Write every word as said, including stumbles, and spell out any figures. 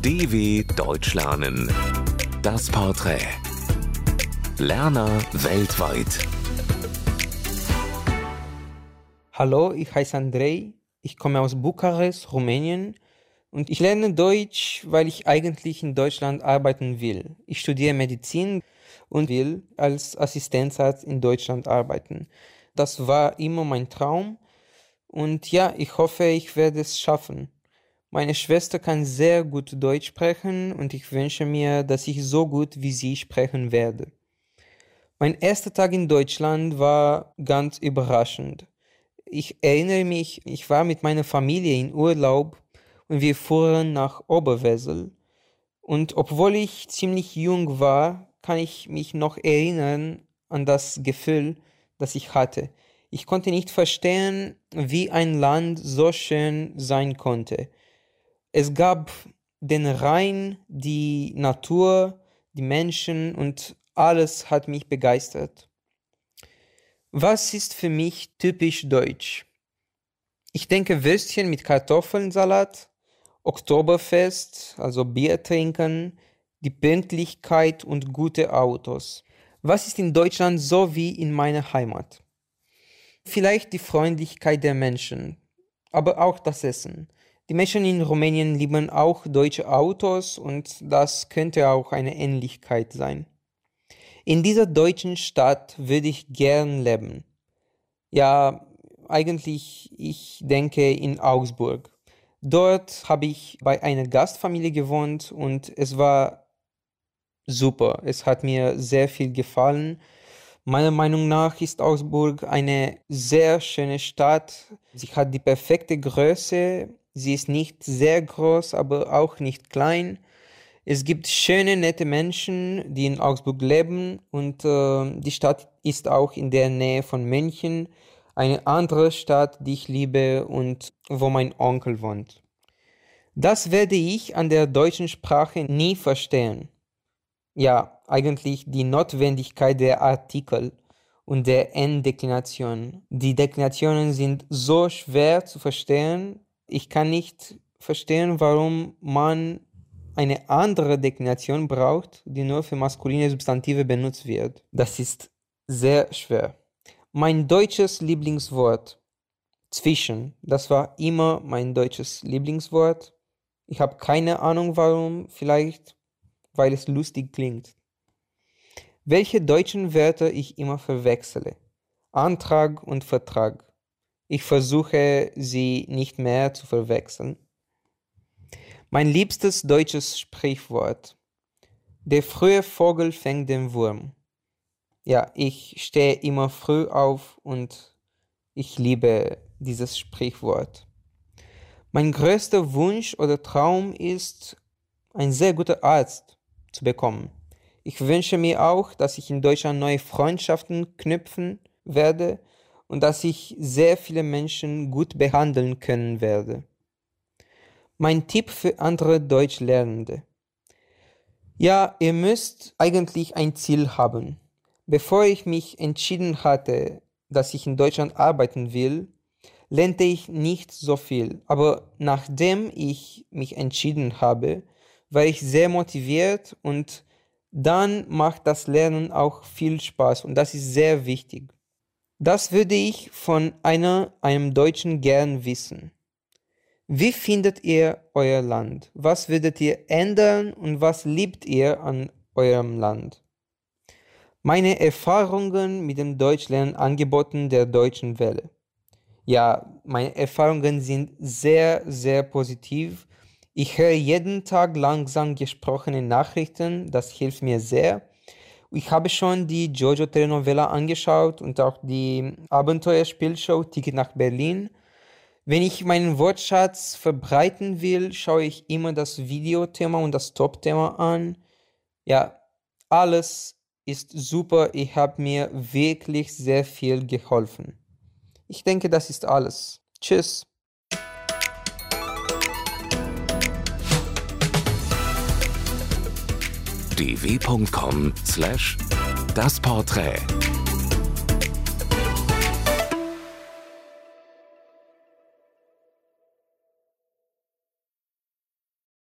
D W Deutsch lernen. Das Porträt. Lerner weltweit. Hallo, ich heiße Andrei. Ich komme aus Bukarest, Rumänien. Und ich lerne Deutsch, weil ich eigentlich in Deutschland arbeiten will. Ich studiere Medizin und will als Assistenzarzt in Deutschland arbeiten. Das war immer mein Traum. Und ja, ich hoffe, ich werde es schaffen. Meine Schwester kann sehr gut Deutsch sprechen und ich wünsche mir, dass ich so gut wie sie sprechen werde. Mein erster Tag in Deutschland war ganz überraschend. Ich erinnere mich, ich war mit meiner Familie in Urlaub und wir fuhren nach Oberwesel. Und obwohl ich ziemlich jung war, kann ich mich noch erinnern an das Gefühl, das ich hatte. Ich konnte nicht verstehen, wie ein Land so schön sein konnte. Es gab den Rhein, die Natur, die Menschen und alles hat mich begeistert. Was ist für mich typisch deutsch? Ich denke Würstchen mit Kartoffelsalat, Oktoberfest, also Bier trinken, die Pünktlichkeit und gute Autos. Was ist in Deutschland so wie in meiner Heimat? Vielleicht die Freundlichkeit der Menschen, aber auch das Essen. Die Menschen in Rumänien lieben auch deutsche Autos und das könnte auch eine Ähnlichkeit sein. In dieser deutschen Stadt würde ich gern leben. Ja, eigentlich, ich denke in Augsburg. Dort habe ich bei einer Gastfamilie gewohnt und es war super. Es hat mir sehr viel gefallen. Meiner Meinung nach ist Augsburg eine sehr schöne Stadt. Sie hat die perfekte Größe. Sie ist nicht sehr groß, aber auch nicht klein. Es gibt schöne, nette Menschen, die in Augsburg leben und äh, die Stadt ist auch in der Nähe von München, eine andere Stadt, die ich liebe und wo mein Onkel wohnt. Das werde ich an der deutschen Sprache nie verstehen. Ja, eigentlich die Notwendigkeit der Artikel und der N-Deklination. Die Deklinationen sind so schwer zu verstehen. Ich kann nicht verstehen, warum man eine andere Deklination braucht, die nur für maskuline Substantive benutzt wird. Das ist sehr schwer. Mein deutsches Lieblingswort, zwischen, das war immer mein deutsches Lieblingswort. Ich habe keine Ahnung warum, vielleicht weil es lustig klingt. Welche deutschen Wörter ich immer verwechsele. Antrag und Vertrag. Ich versuche, sie nicht mehr zu verwechseln. Mein liebstes deutsches Sprichwort. Der frühe Vogel fängt den Wurm. Ja, ich stehe immer früh auf und ich liebe dieses Sprichwort. Mein größter Wunsch oder Traum ist, ein sehr guter Arzt zu bekommen. Ich wünsche mir auch, dass ich in Deutschland neue Freundschaften knüpfen werde und dass ich sehr viele Menschen gut behandeln können werde. Mein Tipp für andere Deutschlernende. Ja, ihr müsst eigentlich ein Ziel haben. Bevor ich mich entschieden hatte, dass ich in Deutschland arbeiten will, lernte ich nicht so viel. Aber nachdem ich mich entschieden habe, war ich sehr motiviert und dann macht das Lernen auch viel Spaß und das ist sehr wichtig. Das würde ich von einer, einem Deutschen gern wissen. Wie findet ihr euer Land? Was würdet ihr ändern und was liebt ihr an eurem Land? Meine Erfahrungen mit dem Deutschlernangeboten der Deutschen Welle. Ja, meine Erfahrungen sind sehr, sehr positiv. Ich höre jeden Tag langsam gesprochene Nachrichten, das hilft mir sehr. Ich habe schon die Jojo-Telenovela angeschaut und auch die Abenteuerspielshow Ticket nach Berlin. Wenn ich meinen Wortschatz verbreiten will, schaue ich immer das Videothema und das Top-Thema an. Ja, alles ist super. Ich habe mir wirklich sehr viel geholfen. Ich denke, das ist alles. Tschüss. d w punkt com slash das Porträt